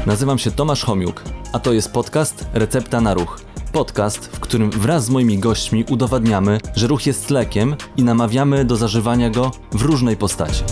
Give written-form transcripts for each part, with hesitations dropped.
Nazywam się Tomasz Homiuk, a to jest podcast Recepta na Ruch. Podcast, w którym wraz z moimi gośćmi udowadniamy, że ruch jest lekiem i namawiamy do zażywania go w różnej postaci.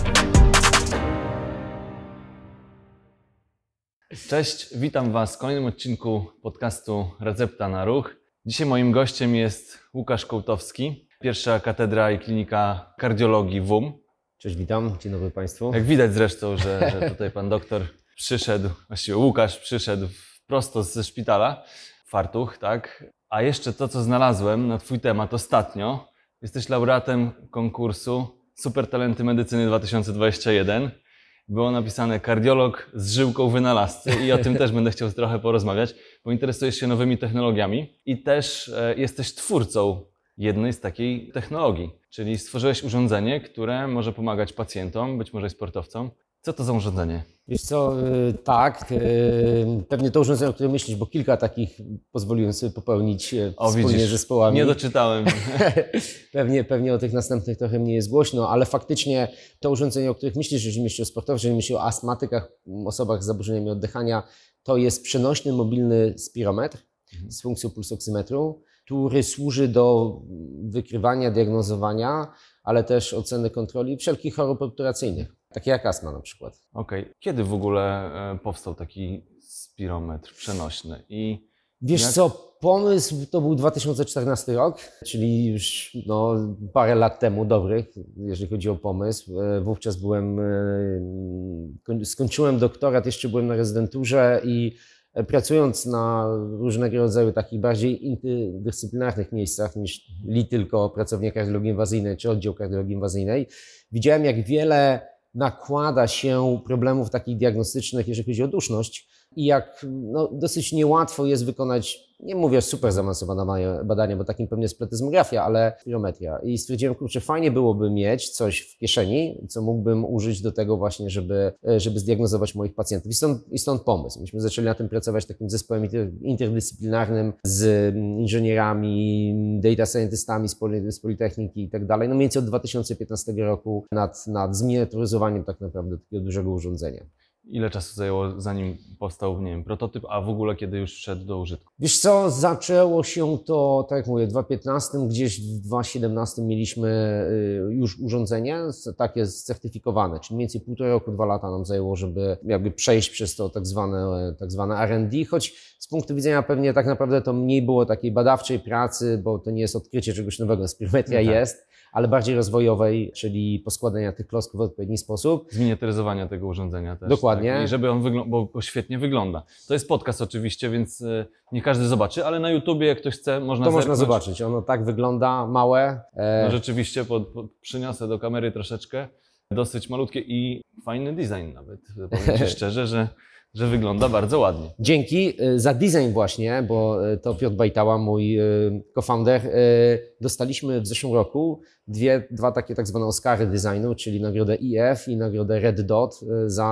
Cześć, witam Was w kolejnym odcinku podcastu Recepta na Ruch. Dzisiaj moim gościem jest Łukasz Kołtowski, pierwsza katedra i klinika kardiologii WUM. Cześć, witam. Dzień dobry Państwu. Jak widać zresztą, że tutaj pan doktor przyszedł, właściwie Łukasz przyszedł prosto ze szpitala, fartuch, tak? A jeszcze to, co znalazłem na Twój temat ostatnio, jesteś laureatem konkursu Super Talenty Medycyny 2021. Było napisane kardiolog z żyłką wynalazcy i o tym też będę chciał trochę porozmawiać, bo interesujesz się nowymi technologiami i też jesteś twórcą jednej z takiej technologii, czyli stworzyłeś urządzenie, które może pomagać pacjentom, być może i sportowcom. Co to za urządzenie? Wiesz co, pewnie to urządzenie, o którym myślisz, bo kilka takich pozwoliłem sobie popełnić wspólnie z zespołami. Nie doczytałem. Pewnie o tych następnych trochę mniej jest głośno, ale faktycznie to urządzenie, o których myślisz, jeżeli myślisz o sportowcach, jeżeli myślisz o astmatykach, osobach z zaburzeniami oddychania, to jest przenośny, mobilny spirometr z funkcją pulsoksymetru, który służy do wykrywania, diagnozowania, ale też oceny kontroli wszelkich chorób obturacyjnych, takie jak astma na przykład. Okej. Kiedy w ogóle powstał taki spirometr przenośny? Wiesz co, pomysł to był 2014 rok, czyli już parę lat temu dobrych, jeżeli chodzi o pomysł. Wówczas skończyłem doktorat, jeszcze byłem na rezydenturze i pracując na różnego rodzaju takich bardziej interdyscyplinarnych miejscach niż tylko pracownia kardiologii inwazyjnej czy oddział kardiologii inwazyjnej, widziałem, jak wiele nakłada się problemów takich diagnostycznych, jeżeli chodzi o duszność i jak dosyć niełatwo jest wykonać, nie mówię super zaawansowane badania, bo takim pewnie jest pletyzmografia, ale spirometria. I stwierdziłem, kurczę, fajnie byłoby mieć coś w kieszeni, co mógłbym użyć do tego właśnie, żeby zdiagnozować moich pacjentów. I stąd pomysł. Myśmy zaczęli na tym pracować takim zespołem interdyscyplinarnym z inżynierami, data scientystami z Politechniki i tak dalej. Mniej więcej od 2015 roku nad zminiaturyzowaniem tak naprawdę takiego dużego urządzenia. Ile czasu zajęło, zanim powstał, nie wiem, prototyp, a w ogóle kiedy już wszedł do użytku? Wiesz co, zaczęło się to, tak jak mówię, w 2015, gdzieś w 2017 mieliśmy już urządzenie takie certyfikowane, czyli mniej więcej 1,5 roku, 2 lata nam zajęło, żeby jakby przejść przez to tak zwane R&D, choć z punktu widzenia pewnie tak naprawdę to mniej było takiej badawczej pracy, bo to nie jest odkrycie czegoś nowego, spirometria jest, ale bardziej rozwojowej, czyli poskładania tych klocków w odpowiedni sposób. Zminiaturyzowania tego urządzenia też. Dokładnie. Tak? I żeby on wyglądał, bo świetnie wygląda. To jest podcast oczywiście, więc nie każdy zobaczy, ale na YouTubie, jak ktoś chce, można zobaczyć. Ono tak wygląda, małe. No rzeczywiście, przyniosę do kamery troszeczkę. Dosyć malutkie i fajny design nawet. Powiem Ci szczerze, że wygląda bardzo ładnie. Dzięki za design właśnie, bo to Piotr Bajtała, mój co-founder, dostaliśmy w zeszłym roku dwa takie tak zwane Oscary designu, czyli nagrodę IF i nagrodę Red Dot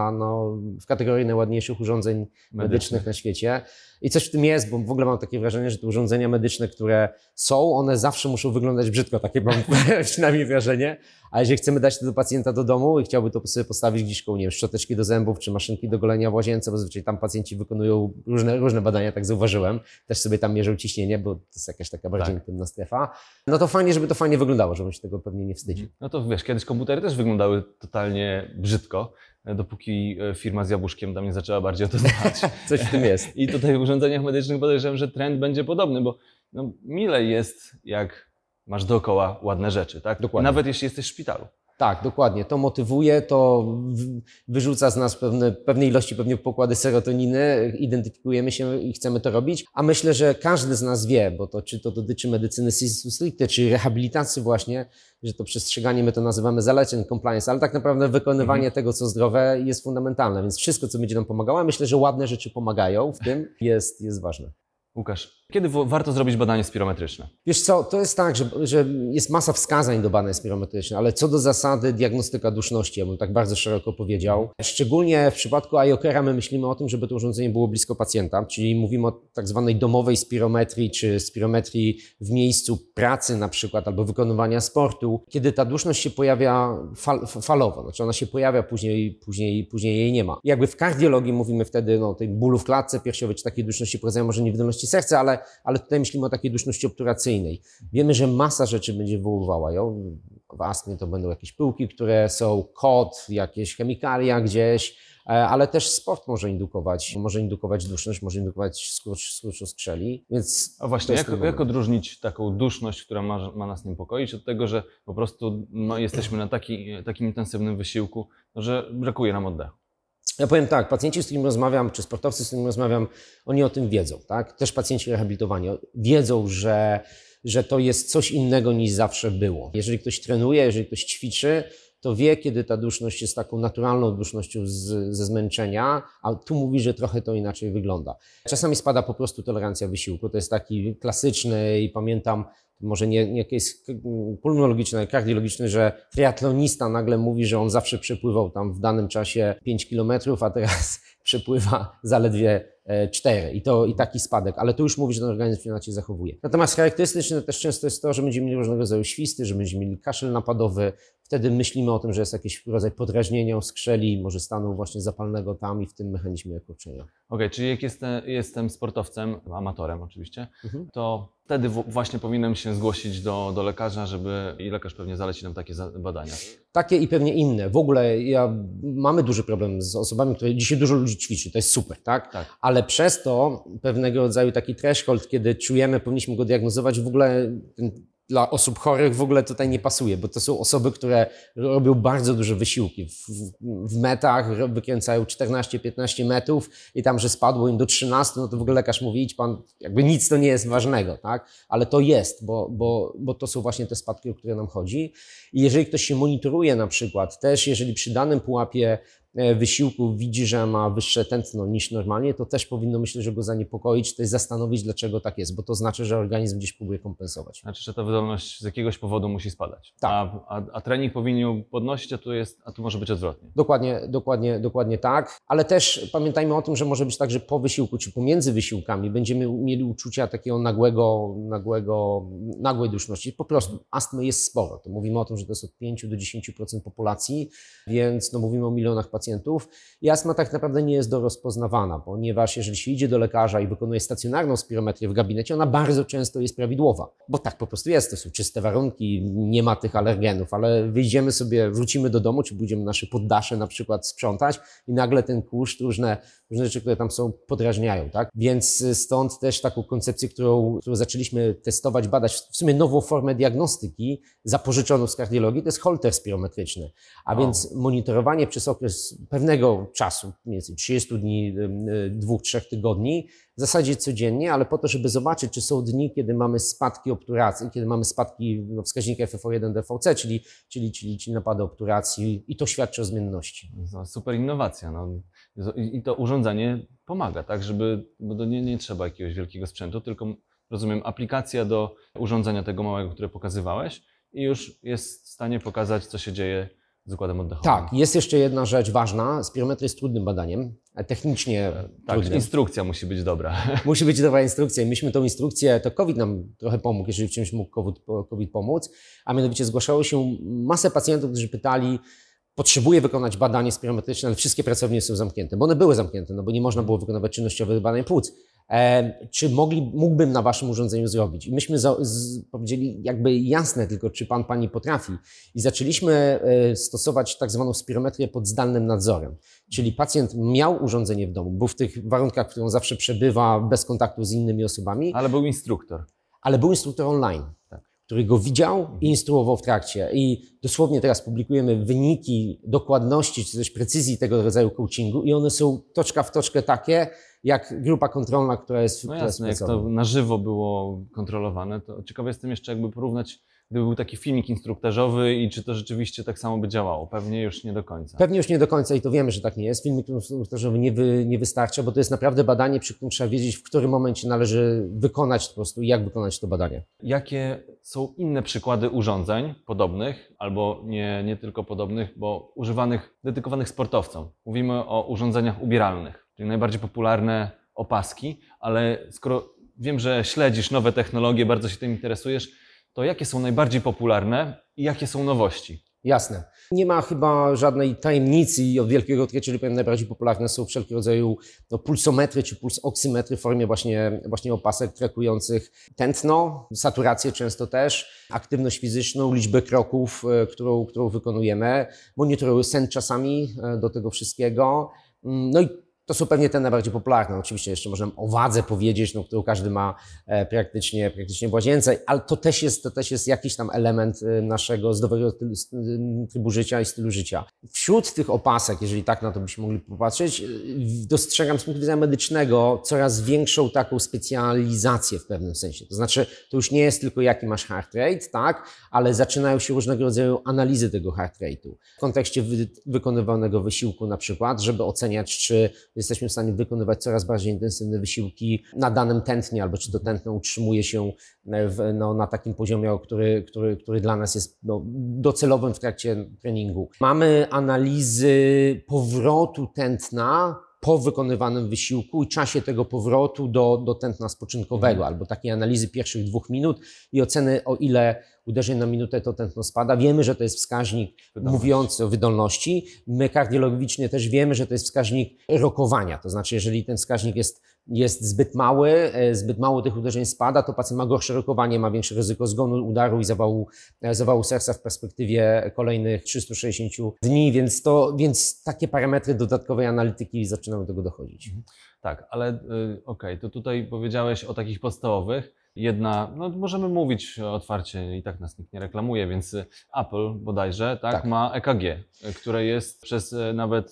w kategorii najładniejszych urządzeń medycznych na świecie. I coś w tym jest, bo w ogóle mam takie wrażenie, że te urządzenia medyczne, które są, one zawsze muszą wyglądać brzydko, takie mam przynajmniej wrażenie. A jeżeli chcemy dać to do pacjenta do domu i chciałby to sobie postawić gdzieś koło, nie wiem, szczoteczki do zębów czy maszynki do golenia w łazience, bo zazwyczaj tam pacjenci wykonują różne badania, tak zauważyłem. Też sobie tam mierzą ciśnienie, bo to jest jakaś taka bardziej intymna strefa. No to fajnie, żeby to fajnie wyglądało, żebym się tego pewnie nie wstydził. No to wiesz, kiedyś komputery też wyglądały totalnie brzydko, dopóki firma z jabłuszkiem tam nie zaczęła bardziej o to dbać. Coś w tym jest. I tutaj w urządzeniach medycznych podejrzewam, że trend będzie podobny, bo milej jest, jak masz dookoła ładne rzeczy, tak? Dokładnie. Nawet jeśli jesteś w szpitalu. Tak, dokładnie. To motywuje, to wyrzuca z nas pewne ilości pewnie pokłady serotoniny, identyfikujemy się i chcemy to robić, a myślę, że każdy z nas wie, bo czy to dotyczy medycyny sensu stricte, czy rehabilitacji właśnie, że to przestrzeganie, my to nazywamy zaleceń, compliance, ale tak naprawdę wykonywanie tego, co zdrowe jest fundamentalne, więc wszystko, co będzie nam pomagało, myślę, że ładne rzeczy pomagają w tym, jest ważne. Łukasz, Kiedy warto zrobić badanie spirometryczne? Wiesz co, to jest tak, że jest masa wskazań do badań spirometrycznych, ale co do zasady diagnostyka duszności, ja bym tak bardzo szeroko powiedział. Szczególnie w przypadku iOKera my myślimy o tym, żeby to urządzenie było blisko pacjenta, czyli mówimy o tak zwanej domowej spirometrii, czy spirometrii w miejscu pracy na przykład, albo wykonywania sportu, kiedy ta duszność się pojawia falowo, znaczy ona się pojawia, później jej nie ma. Jakby w kardiologii mówimy wtedy o tej bólu w klatce piersiowej, czy takiej duszności powodzenia, może niewydolności serca, ale tutaj myślimy o takiej duszności obturacyjnej. Wiemy, że masa rzeczy będzie wywoływała ją. W astmie to będą jakieś pyłki, które są, kod, jakieś chemikalia gdzieś, ale też sport może indukować duszność, może indukować skurcz skrzeli, więc... A właśnie, jak odróżnić taką duszność, która ma nas niepokoić, od tego, że po prostu jesteśmy na takim intensywnym wysiłku, że brakuje nam oddechu? Ja powiem tak, pacjenci, z którymi rozmawiam, czy sportowcy, z którymi rozmawiam, oni o tym wiedzą, tak? Też pacjenci rehabilitowani wiedzą, że to jest coś innego niż zawsze było. Jeżeli ktoś trenuje, jeżeli ktoś ćwiczy, to wie, kiedy ta duszność jest taką naturalną dusznością ze zmęczenia, a tu mówi, że trochę to inaczej wygląda. Czasami spada po prostu tolerancja wysiłku. To jest taki klasyczny i pamiętam, może nie case pulmonologiczny, ale kardiologiczny, że triatlonista nagle mówi, że on zawsze przepływał tam w danym czasie 5 kilometrów, a teraz przepływa zaledwie 4 i taki spadek, ale to już mówi, że ten organizm się inaczej zachowuje. Natomiast charakterystyczne też często jest to, że będziemy mieli różnego rodzaju świsty, że będziemy mieli kaszel napadowy, wtedy myślimy o tym, że jest jakiś rodzaj podrażnienia, skrzeli, może stanu właśnie zapalnego tam i w tym mechanizmie kurczenia. Okej, czyli jak jestem sportowcem, amatorem oczywiście, to wtedy właśnie powinienem się zgłosić do lekarza, i lekarz pewnie zaleci nam takie badania. Takie i pewnie inne. W ogóle mamy duży problem z osobami, które dzisiaj dużo ludzi ćwiczy, to jest super, tak? Ale przez to pewnego rodzaju taki threshold, kiedy czujemy, powinniśmy go diagnozować, w ogóle dla osób chorych w ogóle tutaj nie pasuje, bo to są osoby, które robią bardzo duże wysiłki. W metach wykręcają 14-15 metrów i tam, że spadło im do 13, no to w ogóle lekarz mówi, idź pan, jakby nic to nie jest ważnego, tak? Ale to jest, bo to są właśnie te spadki, o które nam chodzi. I jeżeli ktoś się monitoruje na przykład, też jeżeli przy danym pułapie wysiłku widzi, że ma wyższe tętno niż normalnie, to też powinno, myślę, że go zaniepokoić, też zastanowić, dlaczego tak jest, bo to znaczy, że organizm gdzieś próbuje kompensować. Znaczy, że ta wydolność z jakiegoś powodu musi spadać. Tak. A trening powinien ją podnosić, a tu może być odwrotnie. Dokładnie tak, ale też pamiętajmy o tym, że może być tak, że po wysiłku czy pomiędzy wysiłkami będziemy mieli uczucia takiego nagłej duszności. Po prostu astmy jest sporo. To mówimy o tym, że to jest od 5 do 10% populacji, więc mówimy o milionach pacjentów i astma tak naprawdę nie jest do rozpoznawana, ponieważ jeżeli się idzie do lekarza i wykonuje stacjonarną spirometrię w gabinecie, ona bardzo często jest prawidłowa, bo tak po prostu jest, to są czyste warunki, nie ma tych alergenów, ale wyjdziemy sobie, wrócimy do domu, czy pójdziemy nasze poddasze na przykład sprzątać i nagle ten kurz, różne rzeczy, które tam są, podrażniają, tak? Więc stąd też taką koncepcję, którą zaczęliśmy testować, badać, w sumie nową formę diagnostyki zapożyczoną z kardiologii, to jest holter spirometryczny, a więc monitorowanie przez okres pewnego czasu, mniej więcej 30 dni, 2-3 tygodni, w zasadzie codziennie, ale po to, żeby zobaczyć, czy są dni, kiedy mamy spadki obturacji, kiedy mamy spadki wskaźnika FFO1 DVC, czyli napady obturacji i to świadczy o zmienności. Super innowacja. I to urządzenie pomaga, tak, bo to nie trzeba jakiegoś wielkiego sprzętu, tylko rozumiem, aplikacja do urządzenia tego małego, które pokazywałeś i już jest w stanie pokazać, co się dzieje z układem oddechowym. Tak, jest jeszcze jedna rzecz ważna. Spirometria jest trudnym badaniem, technicznie trudnym. Instrukcja musi być dobra. Musi być dobra instrukcja i myśmy tą instrukcję, to COVID nam trochę pomógł, jeżeli w czymś mógł COVID pomóc, a mianowicie zgłaszało się masę pacjentów, którzy pytali, potrzebuję wykonać badanie spirometryczne, ale wszystkie pracownie są zamknięte, bo one były zamknięte, bo nie można było wykonywać czynnościowych badań płuc. Czy mógłbym na waszym urządzeniu zrobić? I myśmy powiedzieli jakby jasne, tylko czy pani potrafi. I zaczęliśmy stosować tak zwaną spirometrię pod zdalnym nadzorem. Czyli pacjent miał urządzenie w domu, był w tych warunkach, w których on zawsze przebywa, bez kontaktu z innymi osobami. Ale był instruktor. Ale był instruktor online, który go widział i instruował w trakcie. I dosłownie teraz publikujemy wyniki dokładności czy też precyzji tego rodzaju coachingu i one są toczka w toczkę takie, jak grupa kontrolna, która jest No jasne, jak to na żywo było kontrolowane, to ciekawy jestem jeszcze jakby porównać gdyby był taki filmik instruktażowy i czy to rzeczywiście tak samo by działało? Pewnie już nie do końca. Pewnie już nie do końca i to wiemy, że tak nie jest. Filmik instruktażowy nie wystarcza, bo to jest naprawdę badanie, przy którym trzeba wiedzieć, w którym momencie należy wykonać po prostu i jak wykonać to badanie. Jakie są inne przykłady urządzeń podobnych, albo nie tylko podobnych, bo używanych, dedykowanych sportowcom? Mówimy o urządzeniach ubieralnych, czyli najbardziej popularne opaski, ale skoro wiem, że śledzisz nowe technologie, bardzo się tym interesujesz, to jakie są najbardziej popularne i jakie są nowości? Jasne. Nie ma chyba żadnej tajemnicy i od wielkiego odkrycia, powiem, najbardziej popularne są wszelkiego rodzaju pulsometry czy pulsoksymetry w formie właśnie opasek trakujących tętno, saturację często też, aktywność fizyczną, liczbę kroków, którą wykonujemy, monitorują sen czasami do tego wszystkiego. No i to są pewnie te najbardziej popularne. Oczywiście jeszcze można o wadze powiedzieć, którą każdy ma praktycznie w łazience, ale to też jest jakiś tam element naszego zdrowego trybu życia i stylu życia. Wśród tych opasek, jeżeli tak na to byśmy mogli popatrzeć, dostrzegam z punktu widzenia medycznego coraz większą taką specjalizację w pewnym sensie. To znaczy, to już nie jest tylko jaki masz heart rate, tak, ale zaczynają się różnego rodzaju analizy tego heart rate'u. W kontekście wykonywanego wysiłku na przykład, żeby oceniać, czy jesteśmy w stanie wykonywać coraz bardziej intensywne wysiłki na danym tętnie, albo czy to tętno utrzymuje się na takim poziomie, który dla nas jest docelowym w trakcie treningu. Mamy analizy powrotu tętna po wykonywanym wysiłku i czasie tego powrotu do tętna spoczynkowego, albo takiej analizy pierwszych 2 minut i oceny, o ile uderzeń na minutę to tętno spada. Wiemy, że to jest wskaźnik mówiący o wydolności. My kardiologicznie też wiemy, że to jest wskaźnik rokowania. To znaczy, jeżeli ten wskaźnik jest zbyt mało tych uderzeń spada, to pacjent ma gorsze rokowanie, ma większe ryzyko zgonu, udaru i zawału serca w perspektywie kolejnych 360 dni, więc takie parametry dodatkowej analityki zaczynają do tego dochodzić. Tak, ale okej, to tutaj powiedziałeś o takich podstawowych. Jedna, możemy mówić otwarcie, i tak nas nikt nie reklamuje, więc Apple bodajże tak. Ma EKG, które jest przez nawet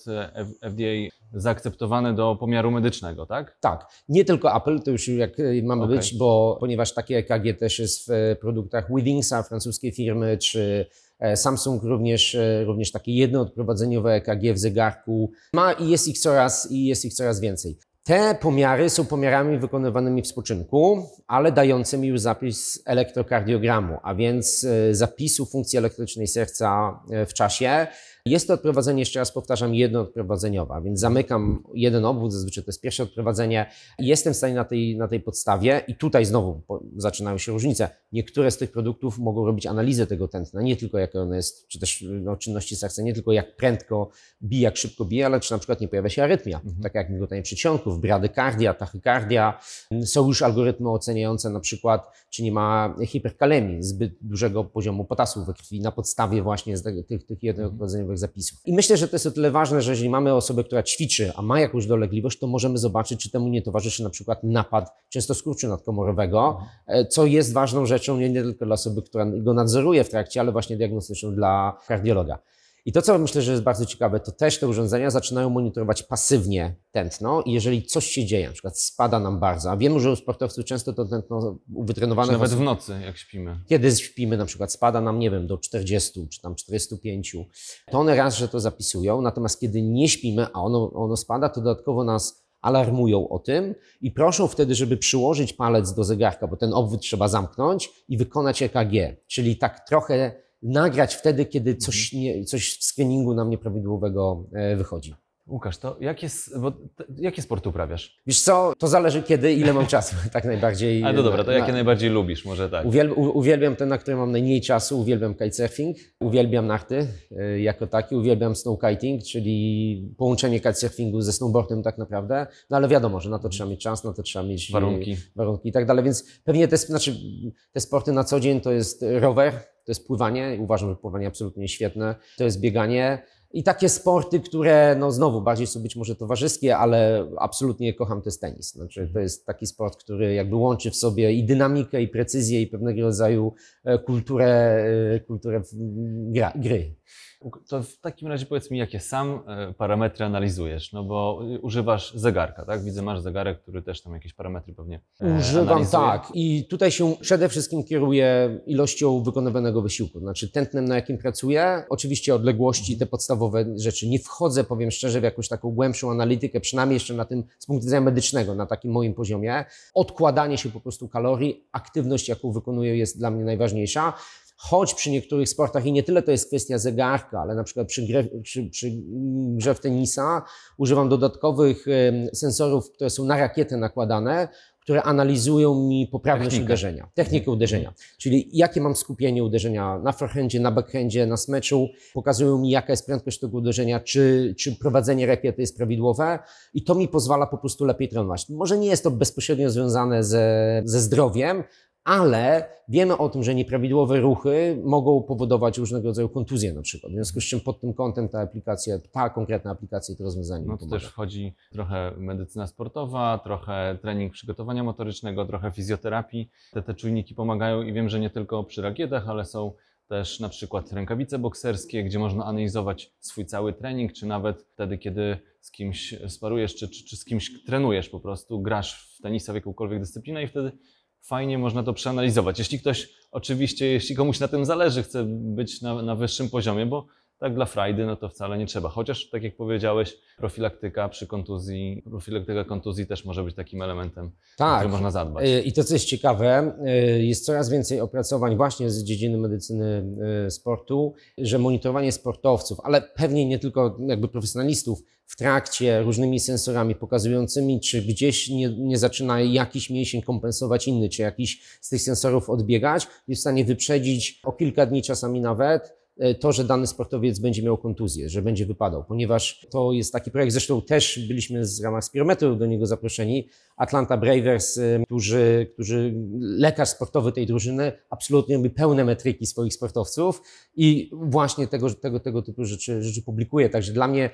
FDA zaakceptowane do pomiaru medycznego, tak? Tak, nie tylko Apple, to już jak mamy być, ponieważ takie EKG też jest w produktach Withingsa, francuskiej firmy, czy Samsung również takie jednoodprowadzeniowe EKG w zegarku ma i jest ich coraz więcej. Te pomiary są pomiarami wykonywanymi w spoczynku, ale dającymi już zapis elektrokardiogramu, a więc zapisu funkcji elektrycznej serca w czasie. Jest to odprowadzenie, jeszcze raz powtarzam, jednoodprowadzeniowe, a więc zamykam jeden obwód, zazwyczaj to jest pierwsze odprowadzenie i jestem w stanie na tej podstawie i tutaj znowu zaczynają się różnice. Niektóre z tych produktów mogą robić analizę tego tętna, nie tylko jak ono jest, czy też czynności serca, nie tylko jak prędko bije, jak szybko bije, ale czy na przykład nie pojawia się arytmia, tak jak migotanie przedsionków, bradykardia, tachykardia. Są już algorytmy oceniające na przykład, czy nie ma hiperkalemii, zbyt dużego poziomu potasu we krwi na podstawie właśnie tych jednoodprowadzeniowych zapisów. I myślę, że to jest o tyle ważne, że jeżeli mamy osobę, która ćwiczy, a ma jakąś dolegliwość, to możemy zobaczyć, czy temu nie towarzyszy na przykład napad często skurczu nadkomorowego, co jest ważną rzeczą nie tylko dla osoby, która go nadzoruje w trakcie, ale właśnie diagnostyczną dla kardiologa. I to, co myślę, że jest bardzo ciekawe, to też te urządzenia zaczynają monitorować pasywnie tętno i jeżeli coś się dzieje, na przykład spada nam bardzo, a wiemy, że u sportowców często to tętno wytrenowane... Nawet w nocy, jak śpimy. Kiedy śpimy, na przykład spada nam, nie wiem, do 40 czy tam 45, to one raz, że to zapisują, natomiast kiedy nie śpimy, a ono spada, to dodatkowo nas alarmują o tym i proszą wtedy, żeby przyłożyć palec do zegarka, bo ten obwód trzeba zamknąć i wykonać EKG, czyli tak trochę nagrać wtedy, kiedy coś w screeningu nam nieprawidłowego wychodzi. Łukasz, to jakie sporty uprawiasz? Wiesz co, to zależy kiedy, ile mam czasu, tak najbardziej. Ale to dobra, to jakie najbardziej lubisz, może tak? Uwielbiam te, na które mam najmniej czasu, uwielbiam kitesurfing, uwielbiam narty jako taki, uwielbiam snowkiting, czyli połączenie kitesurfingu ze snowboardem tak naprawdę, no ale wiadomo, że na to trzeba mieć czas, na to trzeba mieć warunki i tak dalej, więc pewnie te sporty na co dzień to jest rower, to jest pływanie, uważam, że pływanie absolutnie świetne, to jest bieganie. I takie sporty, które znowu bardziej są być może towarzyskie, ale absolutnie kocham, to jest tenis. Znaczy, to jest taki sport, który jakby łączy w sobie i dynamikę, i precyzję, i pewnego rodzaju kulturę gry. To w takim razie powiedz mi, jakie sam parametry analizujesz, no bo używasz zegarka, tak? Widzę, masz zegarek, który też tam jakieś parametry pewnie Używam, analizuje. tak. I tutaj się przede wszystkim kieruję ilością wykonywanego wysiłku, znaczy tętnem, na jakim pracuję. Oczywiście odległości, te podstawowe rzeczy. Nie wchodzę, powiem szczerze, w jakąś taką głębszą analitykę, przynajmniej jeszcze na tym, z punktu widzenia medycznego, na takim moim poziomie. Odkładanie się po prostu kalorii, aktywność, jaką wykonuję, jest dla mnie najważniejsza. Choć przy niektórych sportach, i nie tyle to jest kwestia zegarka, ale na przykład przy grze w tenisa używam dodatkowych sensorów, które są na rakietę nakładane, które analizują mi poprawność uderzenia, technikę uderzenia. Czyli jakie mam skupienie uderzenia na forehandzie, na backhandzie, na smaczu. Pokazują mi, jaka jest prędkość tego uderzenia, czy prowadzenie rakiety jest prawidłowe i to mi pozwala po prostu lepiej trenować. Może nie jest to bezpośrednio związane ze zdrowiem, ale wiemy o tym, że nieprawidłowe ruchy mogą powodować różnego rodzaju kontuzje na przykład. W związku z czym pod tym kątem ta konkretna aplikacja i to rozwiązanie No to pomaga. też wchodzi trochę medycyna sportowa, trochę trening przygotowania motorycznego, trochę fizjoterapii. Te czujniki pomagają i wiem, że nie tylko przy rakietach, ale są też na przykład rękawice bokserskie, gdzie można analizować swój cały trening, czy nawet wtedy, kiedy z kimś sparujesz, czy z kimś trenujesz po prostu, grasz w tenisa w jakąkolwiek dyscyplinę i wtedy fajnie można to przeanalizować. Jeśli komuś na tym zależy, chce być na wyższym poziomie, bo tak dla frajdy, no to wcale nie trzeba. Chociaż, tak jak powiedziałeś, profilaktyka kontuzji też może być takim elementem, o który można zadbać. I to, co jest ciekawe, jest coraz więcej opracowań właśnie z dziedziny medycyny sportu, że monitorowanie sportowców, ale pewnie nie tylko jakby profesjonalistów, w trakcie różnymi sensorami pokazującymi, czy gdzieś nie zaczyna jakiś mięsień kompensować inny, czy jakiś z tych sensorów odbiegać, jest w stanie wyprzedzić o kilka dni, czasami nawet, to, że dany sportowiec będzie miał kontuzję, że będzie wypadał, ponieważ to jest taki projekt, zresztą też byliśmy w ramach Spirometru do niego zaproszeni, Atlanta Bravers, którzy lekarz sportowy tej drużyny absolutnie robi pełne metryki swoich sportowców i właśnie tego typu rzeczy publikuje, także dla mnie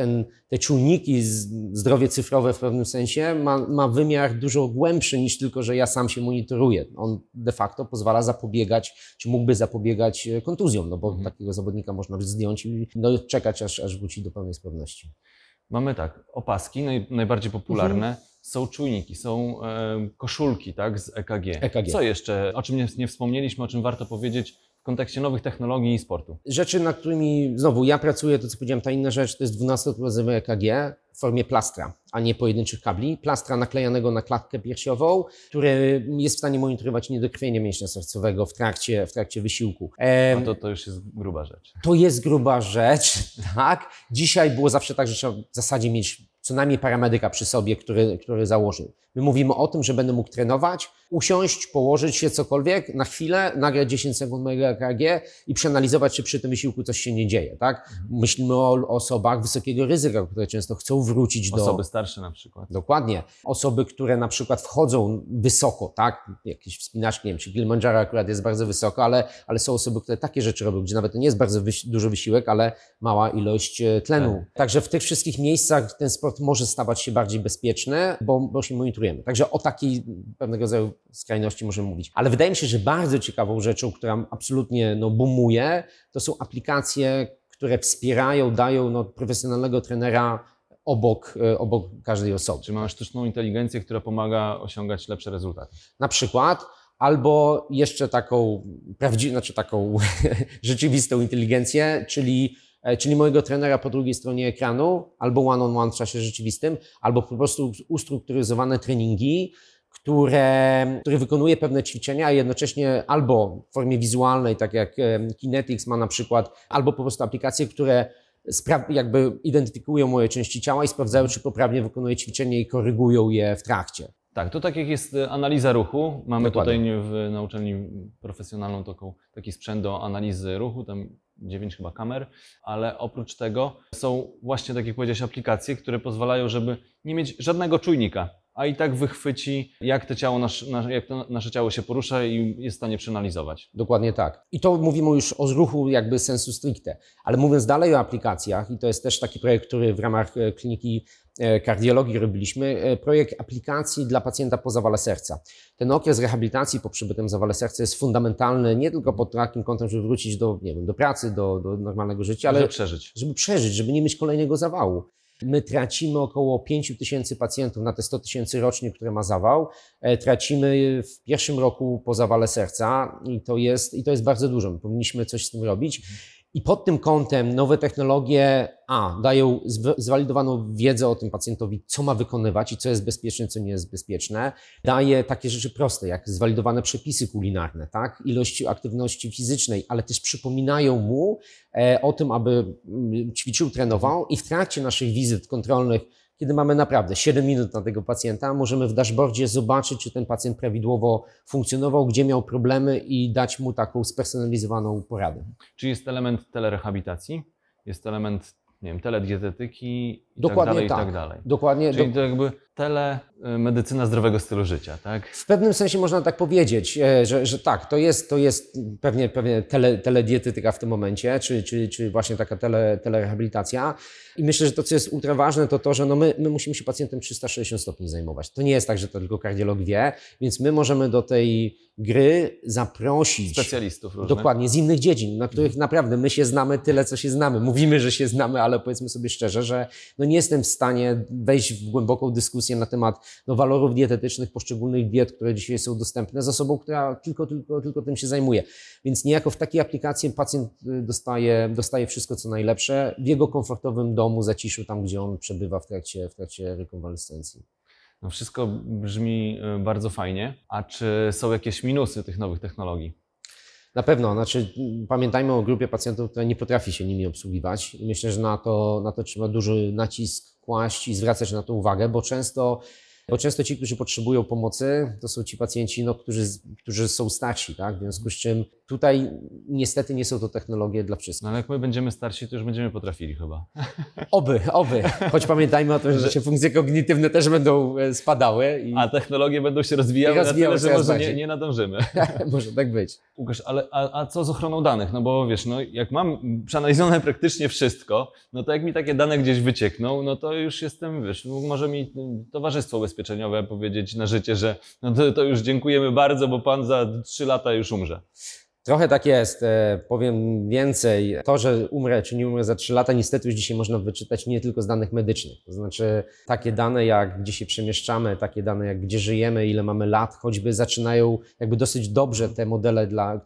te czujniki, zdrowie cyfrowe w pewnym sensie ma wymiar dużo głębszy niż tylko, że ja sam się monitoruję. On de facto pozwala zapobiegać, czy mógłby zapobiegać kontuzjom, no bo takiego zawodnika można zdjąć i czekać, aż wróci do pełnej sprawności. Mamy tak, opaski najbardziej popularne, są czujniki, są koszulki, tak, z EKG. Co jeszcze, o czym nie wspomnieliśmy, o czym warto powiedzieć w kontekście nowych technologii i sportu? Rzeczy, nad którymi znowu ja pracuję, to co powiedziałem, ta inna rzecz to jest 12-procentowe EKG w formie plastra, a nie pojedynczych kabli. Plastra naklejanego na klatkę piersiową, który jest w stanie monitorować niedokrwienie mięśnia sercowego w trakcie wysiłku. A to już jest gruba rzecz. To jest gruba rzecz, tak. Dzisiaj było zawsze tak, że trzeba w zasadzie mieć co najmniej paramedyka przy sobie, który założył. My mówimy o tym, że będę mógł trenować, usiąść, położyć się cokolwiek, na chwilę, nagrać 10 sekund mojego EKG i przeanalizować, czy przy tym wysiłku coś się nie dzieje, tak? Myślimy o osobach wysokiego ryzyka, które często chcą wrócić do... Osoby starsze na przykład. Dokładnie. Osoby, które na przykład wchodzą wysoko, tak? Jakieś wspinaczki, nie wiem, czy Kilimandżaro akurat jest bardzo wysoko, ale są osoby, które takie rzeczy robią, gdzie nawet to nie jest bardzo duży wysiłek, ale mała ilość tlenu. Tak. Także w tych wszystkich miejscach ten sport może stawać się bardziej bezpieczny, bo się monitorujemy. Także o takiej pewnego rodzaju skrajności możemy mówić. Ale wydaje mi się, że bardzo ciekawą rzeczą, która absolutnie boomuje, to są aplikacje, które wspierają, dają profesjonalnego trenera obok każdej osoby. Czy mamy sztuczną inteligencję, która pomaga osiągać lepsze rezultaty? Na przykład, albo jeszcze taką taką rzeczywistą inteligencję, czyli mojego trenera po drugiej stronie ekranu, albo one-on-one w czasie rzeczywistym, albo po prostu ustrukturyzowane treningi, który wykonuje pewne ćwiczenia, a jednocześnie albo w formie wizualnej, tak jak Kinetics ma na przykład, albo po prostu aplikacje, które jakby identyfikują moje części ciała i sprawdzają, czy poprawnie wykonuję ćwiczenie i korygują je w trakcie. Tak, to tak jak jest analiza ruchu, mamy Dokładnie. tutaj na uczelni profesjonalną taki sprzęt do analizy ruchu, tam 9 chyba kamer, ale oprócz tego są właśnie, tak jak powiedziałeś, aplikacje, które pozwalają, żeby nie mieć żadnego czujnika, a i tak wychwyci, jak to nasze ciało się porusza i jest w stanie przeanalizować. Dokładnie tak. I to mówimy już o ruchu jakby sensu stricte. Ale mówiąc dalej o aplikacjach, i to jest też taki projekt, który w ramach kliniki kardiologii robiliśmy projekt aplikacji dla pacjenta po zawale serca. Ten okres rehabilitacji po przebytym zawale serca jest fundamentalny nie tylko pod takim kątem, żeby wrócić do, nie wiem, do pracy, do normalnego życia, ale żeby przeżyć, żeby nie mieć kolejnego zawału. My tracimy około 5 000 pacjentów na te 100 000 rocznie, które ma zawał. Tracimy w pierwszym roku po zawale serca i to jest bardzo dużo. My powinniśmy coś z tym robić. I pod tym kątem nowe technologie dają zwalidowaną wiedzę o tym pacjentowi, co ma wykonywać i co jest bezpieczne, co nie jest bezpieczne. Daje takie rzeczy proste, jak zwalidowane przepisy kulinarne, tak? Ilość aktywności fizycznej, ale też przypominają mu o tym, aby ćwiczył, trenował i w trakcie naszych wizyt kontrolnych, kiedy mamy naprawdę 7 minut na tego pacjenta, możemy w dashboardzie zobaczyć, czy ten pacjent prawidłowo funkcjonował, gdzie miał problemy i dać mu taką spersonalizowaną poradę. Czy jest element telerehabilitacji? Jest element, nie wiem, teledietetyki i Dokładnie tak dalej. Dokładnie. Czyli to jakby telemedycyna zdrowego stylu życia, tak? W pewnym sensie można tak powiedzieć, że tak, to jest pewnie teledietetyka w tym momencie, czy właśnie taka telerehabilitacja. I myślę, że to, co jest ultra ważne, to to, że my musimy się pacjentem 360 stopni zajmować. To nie jest tak, że to tylko kardiolog wie, więc my możemy do tej gry zaprosić specjalistów różnych. Dokładnie, z innych dziedzin, na których naprawdę my się znamy tyle, co się znamy. Mówimy, że się znamy, ale powiedzmy sobie szczerze, że nie jestem w stanie wejść w głęboką dyskusję na temat walorów dietetycznych poszczególnych diet, które dzisiaj są dostępne, z osobą, która tylko tym się zajmuje. Więc niejako w takiej aplikacji pacjent dostaje wszystko, co najlepsze w jego komfortowym domu, zaciszu, tam gdzie on przebywa w trakcie rekonwalescencji. No wszystko brzmi bardzo fajnie. A czy są jakieś minusy tych nowych technologii? Na pewno, pamiętajmy o grupie pacjentów, która nie potrafi się nimi obsługiwać i myślę, że na to trzeba duży nacisk kłaść i zwracać na to uwagę, bo często ci, którzy potrzebują pomocy, to są ci pacjenci, którzy są starsi, tak? W związku z czym tutaj niestety nie są to technologie dla wszystkich. No ale jak my będziemy starsi, to już będziemy potrafili chyba. Oby. Choć pamiętajmy o tym, że się funkcje kognitywne też będą spadały. A technologie będą się rozwijały na tyle, że może nie nadążymy. Może tak być. Łukasz, a co z ochroną danych? No bo wiesz, jak mam przeanalizowane praktycznie wszystko, no to jak mi takie dane gdzieś wyciekną, no to już jestem, wiesz, może mi towarzystwo ubezpieczeniowe powiedzieć na życie, że no to już dziękujemy bardzo, bo pan za 3 lata już umrze. Trochę tak jest. Powiem więcej. To, że umrę czy nie umrę za 3 lata, niestety już dzisiaj można wyczytać nie tylko z danych medycznych. To znaczy takie dane jak gdzie się przemieszczamy, takie dane jak gdzie żyjemy, ile mamy lat, choćby zaczynają jakby dosyć dobrze te modele,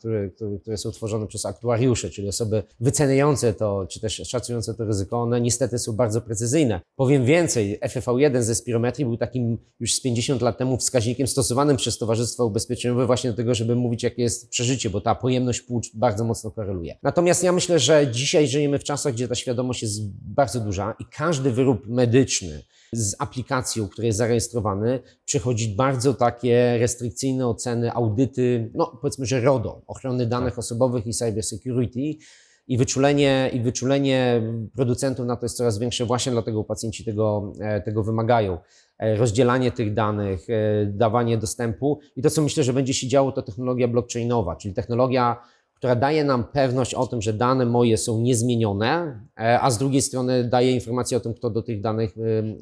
które są tworzone przez aktuariusze, czyli osoby wyceniające to, czy też szacujące to ryzyko, one niestety są bardzo precyzyjne. Powiem więcej. FFV1 ze spirometrii był takim już z 50 lat temu wskaźnikiem stosowanym przez towarzystwa ubezpieczeniowe właśnie do tego, żeby mówić, jakie jest przeżycie, bo ta pojemność płuc bardzo mocno koreluje. Natomiast ja myślę, że dzisiaj żyjemy w czasach, gdzie ta świadomość jest bardzo duża i każdy wyrób medyczny z aplikacją, który jest zarejestrowany, przechodzi bardzo takie restrykcyjne oceny, audyty, powiedzmy, że RODO, ochrony danych osobowych i cyber security. I wyczulenie producentów na to jest coraz większe, właśnie dlatego pacjenci tego wymagają. Rozdzielanie tych danych, dawanie dostępu i to, co myślę, że będzie się działo, to technologia blockchainowa, czyli technologia, która daje nam pewność o tym, że dane moje są niezmienione, a z drugiej strony daje informację o tym, kto do tych danych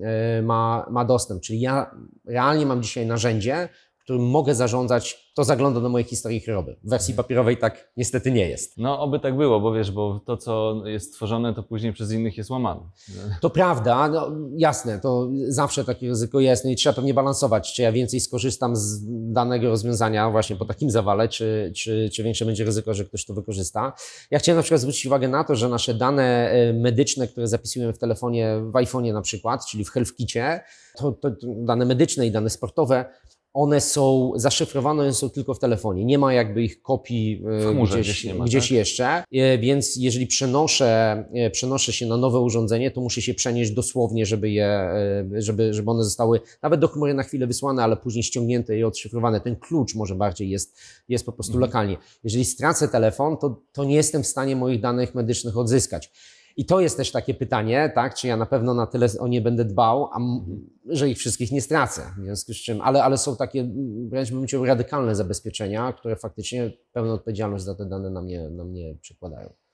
ma dostęp. Czyli ja realnie mam dzisiaj narzędzie, którym mogę zarządzać, to zagląda do mojej historii choroby. W wersji papierowej tak niestety nie jest. No, oby tak było, bo wiesz, bo to, co jest stworzone, to później przez innych jest łamane. To prawda, jasne, to zawsze takie ryzyko jest, i trzeba pewnie balansować, czy ja więcej skorzystam z danego rozwiązania właśnie po takim zawale, czy większe będzie ryzyko, że ktoś to wykorzysta. Ja chciałem na przykład zwrócić uwagę na to, że nasze dane medyczne, które zapisujemy w telefonie, w iPhone'ie na przykład, czyli w HealthKicie, to dane medyczne i dane sportowe, one są zaszyfrowane, one są tylko w telefonie. Nie ma jakby ich kopii w chmurze gdzieś jeszcze. Więc jeżeli przenoszę się na nowe urządzenie, to muszę się przenieść dosłownie, żeby one zostały nawet do chmury na chwilę wysłane, ale później ściągnięte i odszyfrowane. Ten klucz może bardziej jest po prostu lokalnie. Jeżeli stracę telefon, to nie jestem w stanie moich danych medycznych odzyskać. I to jest też takie pytanie, tak, czy ja na pewno na tyle o nie będę dbał, że ich wszystkich nie stracę, w związku z czym, ale są takie, wręcz bym powiedział, radykalne zabezpieczenia, które faktycznie pełną odpowiedzialność za te dane na mnie przekładają.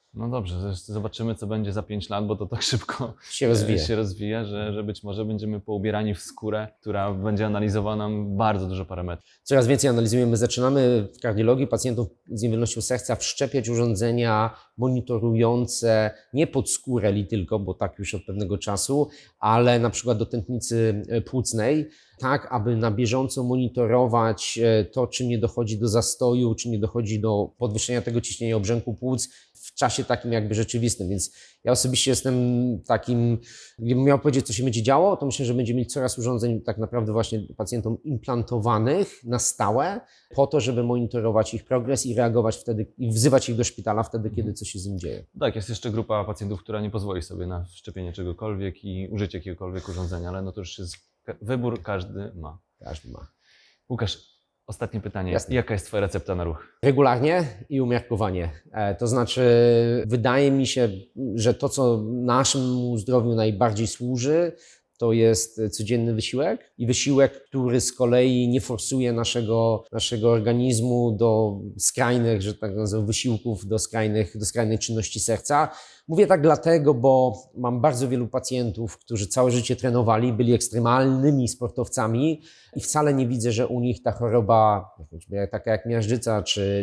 No dobrze, zresztą zobaczymy, co będzie za 5 lat, bo to tak szybko Się rozwija. się rozwija, że być może będziemy poubierani w skórę, która będzie analizowała nam bardzo dużo parametrów. Coraz więcej analizujemy. Zaczynamy w kardiologii pacjentów z niewydolnością serca wszczepiać urządzenia monitorujące nie pod skórę li tylko, bo tak już od pewnego czasu, ale na przykład do tętnicy płucnej, tak aby na bieżąco monitorować to, czy nie dochodzi do zastoju, czy nie dochodzi do podwyższenia tego ciśnienia obrzęku płuc w czasie takim jakby rzeczywistym. Więc ja osobiście jestem takim, gdybym miał powiedzieć, co się będzie działo, to myślę, że będziemy mieć coraz urządzeń tak naprawdę właśnie pacjentom implantowanych na stałe, po to, żeby monitorować ich progres i reagować wtedy, i wzywać ich do szpitala wtedy, kiedy coś się z nim dzieje. Tak, jest jeszcze grupa pacjentów, która nie pozwoli sobie na wszczepienie czegokolwiek i użycie jakiegokolwiek urządzenia, ale no to już jest wybór, każdy ma. Każdy ma. Łukasz, ostatnie pytanie. Jasne. Jaka jest Twoja recepta na ruch? Regularnie i umiarkowanie. To znaczy, wydaje mi się, że to, co naszemu zdrowiu najbardziej służy, to jest codzienny wysiłek i wysiłek, który z kolei nie forsuje naszego organizmu do skrajnych, że tak nazwę, wysiłków, do skrajnej czynności serca. Mówię tak dlatego, bo mam bardzo wielu pacjentów, którzy całe życie trenowali, byli ekstremalnymi sportowcami i wcale nie widzę, że u nich ta choroba, taka jak miażdżyca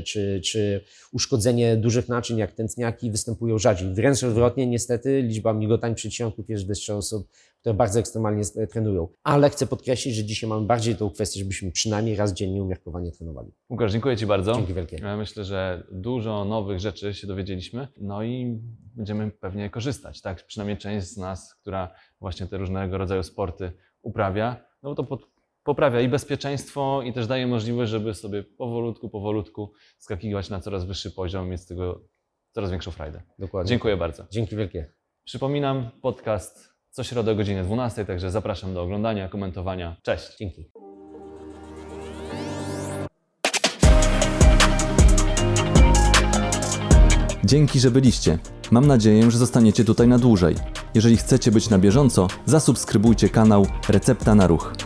czy uszkodzenie dużych naczyń jak tętniaki występują rzadziej. Wręcz odwrotnie, niestety, liczba migotań przedsionków jest wyższa osób, które bardzo ekstremalnie trenują. Ale chcę podkreślić, że dzisiaj mamy bardziej tą kwestię, żebyśmy przynajmniej raz dziennie umiarkowanie trenowali. Łukasz, dziękuję Ci bardzo. Dzięki wielkie. Ja myślę, że dużo nowych rzeczy się dowiedzieliśmy, no i będziemy pewnie korzystać, tak? Przynajmniej część z nas, która właśnie te różnego rodzaju sporty uprawia, no bo to poprawia i bezpieczeństwo i też daje możliwość, żeby sobie powolutku skakiwać na coraz wyższy poziom i mieć z tego coraz większą frajdę. Dokładnie. Dziękuję bardzo. Dzięki wielkie. Przypominam, podcast co środę o godzinie 12, także zapraszam do oglądania, komentowania. Cześć! Dzięki. Dzięki, że byliście. Mam nadzieję, że zostaniecie tutaj na dłużej. Jeżeli chcecie być na bieżąco, zasubskrybujcie kanał Recepta na Ruch.